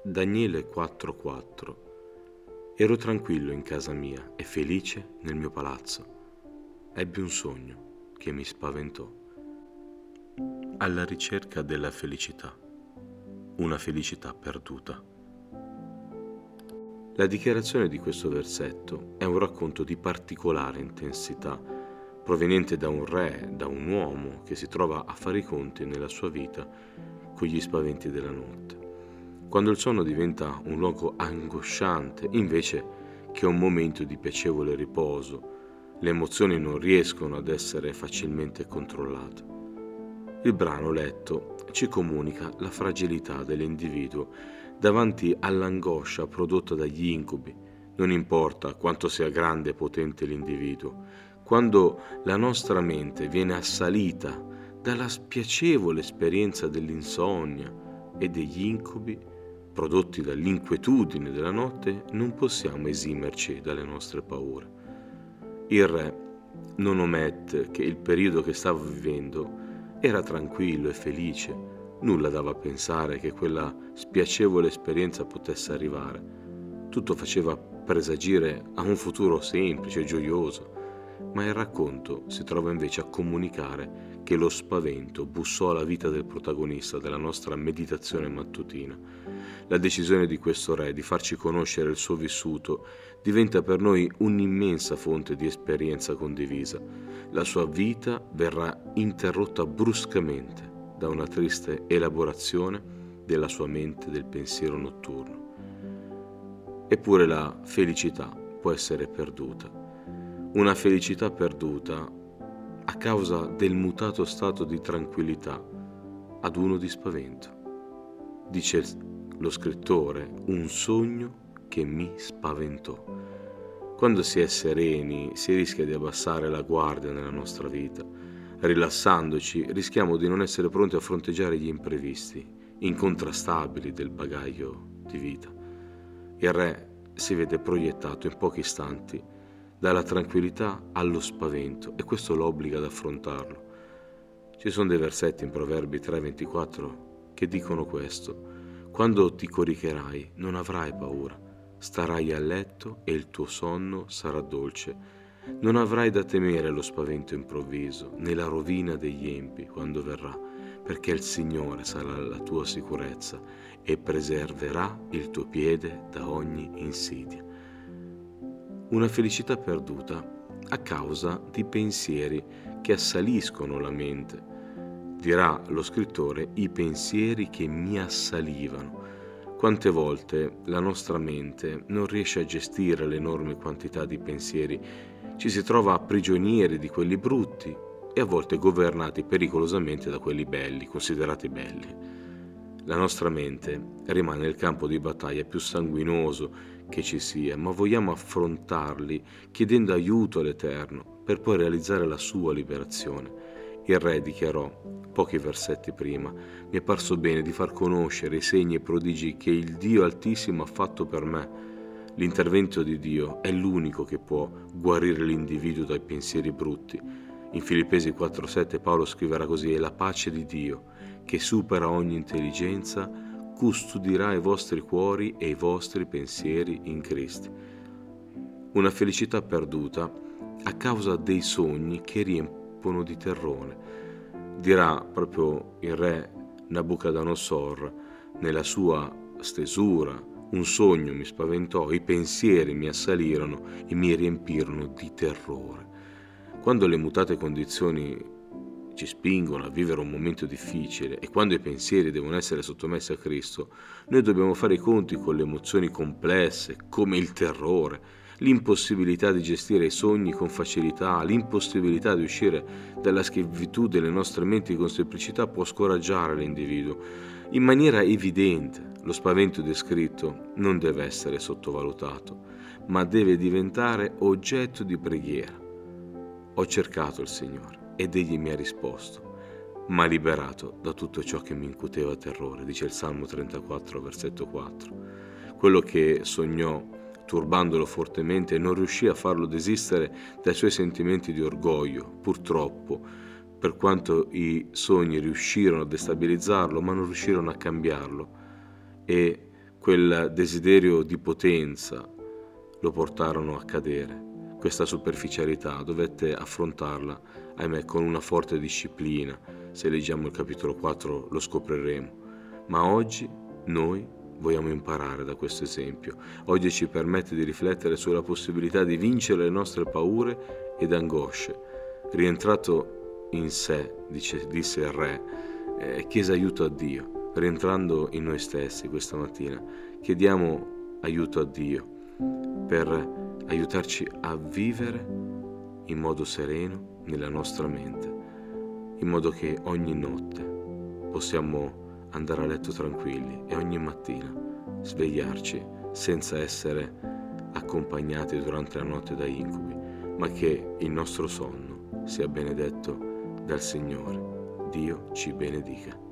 Daniele 4:4. Ero tranquillo in casa mia e felice nel mio palazzo. Ebbi un sogno che mi spaventò. Alla ricerca della felicità, una felicità perduta. La dichiarazione di questo versetto è un racconto di particolare intensità, proveniente da un re, da un uomo che si trova a fare i conti nella sua vita con gli spaventi della notte. Quando il sonno diventa un luogo angosciante invece che un momento di piacevole riposo, le emozioni non riescono ad essere facilmente controllate. Il brano letto ci comunica la fragilità dell'individuo davanti all'angoscia prodotta dagli incubi. Non importa quanto sia grande e potente l'individuo, quando la nostra mente viene assalita dalla spiacevole esperienza dell'insonnia e degli incubi prodotti dall'inquietudine della notte, non possiamo esimerci dalle nostre paure. Il re non omette che il periodo che stava vivendo era tranquillo e felice, nulla dava a pensare che quella spiacevole esperienza potesse arrivare. Tutto faceva presagire a un futuro semplice e gioioso, ma il racconto si trova invece a comunicare che lo spavento bussò alla vita del protagonista della nostra meditazione mattutina. La decisione di questo re di farci conoscere il suo vissuto diventa per noi un'immensa fonte di esperienza condivisa. La sua vita verrà interrotta bruscamente da una triste elaborazione della sua mente del pensiero notturno. Eppure la felicità può essere perduta. Una felicità perduta a causa del mutato stato di tranquillità ad uno di spavento. Dice lo scrittore, un sogno che mi spaventò. Quando si è sereni si rischia di abbassare la guardia nella nostra vita. Rilassandoci rischiamo di non essere pronti a fronteggiare gli imprevisti, incontrastabili del bagaglio di vita. Il re si vede proiettato in pochi istanti dalla tranquillità allo spavento e questo lo obbliga ad affrontarlo. Ci sono dei versetti in Proverbi 3:24 che dicono questo: quando ti coricherai non avrai paura, starai a letto e il tuo sonno sarà dolce. Non avrai da temere lo spavento improvviso, né la rovina degli empi quando verrà, perché il Signore sarà la tua sicurezza e preserverà il tuo piede da ogni insidia. Una felicità perduta a causa di pensieri che assaliscono la mente. Dirà lo scrittore, i pensieri che mi assalivano. Quante volte la nostra mente non riesce a gestire l'enorme quantità di pensieri, ci si trova prigionieri di quelli brutti e a volte governati pericolosamente da quelli belli, considerati belli. La nostra mente rimane il campo di battaglia più sanguinoso che ci sia, ma vogliamo affrontarli chiedendo aiuto all'Eterno per poi realizzare la sua liberazione. Il re dichiarò, pochi versetti prima, mi è parso bene di far conoscere i segni e prodigi che il Dio Altissimo ha fatto per me. L'intervento di Dio è l'unico che può guarire l'individuo dai pensieri brutti. In Filippesi 4:7 Paolo scriverà così: e la pace di Dio, che supera ogni intelligenza, custodirà i vostri cuori e i vostri pensieri in Cristo. Una felicità perduta a causa dei sogni che riempiono di terrore. Dirà proprio il re Nabucodonosor nella sua stesura: un sogno mi spaventò, i pensieri mi assalirono e mi riempirono di terrore. Quando le mutate condizioni ci spingono a vivere un momento difficile e quando i pensieri devono essere sottomessi a Cristo, noi dobbiamo fare i conti con le emozioni complesse come il terrore, l'impossibilità di gestire i sogni con facilità, l'impossibilità di uscire dalla schiavitù delle nostre menti con semplicità può scoraggiare l'individuo. In maniera evidente, lo spavento descritto non deve essere sottovalutato, ma deve diventare oggetto di preghiera. Ho cercato il Signore ed Egli mi ha risposto, m'ha liberato da tutto ciò che mi incuteva terrore, dice il Salmo 34, versetto 4. Quello che sognò, turbandolo fortemente, non riuscì a farlo desistere dai suoi sentimenti di orgoglio. Purtroppo, per quanto i sogni riuscirono a destabilizzarlo, ma non riuscirono a cambiarlo. E quel desiderio di potenza lo portarono a cadere. Questa superficialità dovette affrontarla, ahimè, con una forte disciplina. Se leggiamo il capitolo 4 lo scopriremo. Ma oggi noi vogliamo imparare da questo esempio. Oggi ci permette di riflettere sulla possibilità di vincere le nostre paure ed angosce. Rientrato in sé, disse il re, chiese aiuto a Dio. Rientrando in noi stessi questa mattina, chiediamo aiuto a Dio per aiutarci a vivere in modo sereno nella nostra mente, in modo che ogni notte possiamo andare a letto tranquilli e ogni mattina svegliarci senza essere accompagnati durante la notte da incubi, ma che il nostro sonno sia benedetto dal Signore. Dio ci benedica.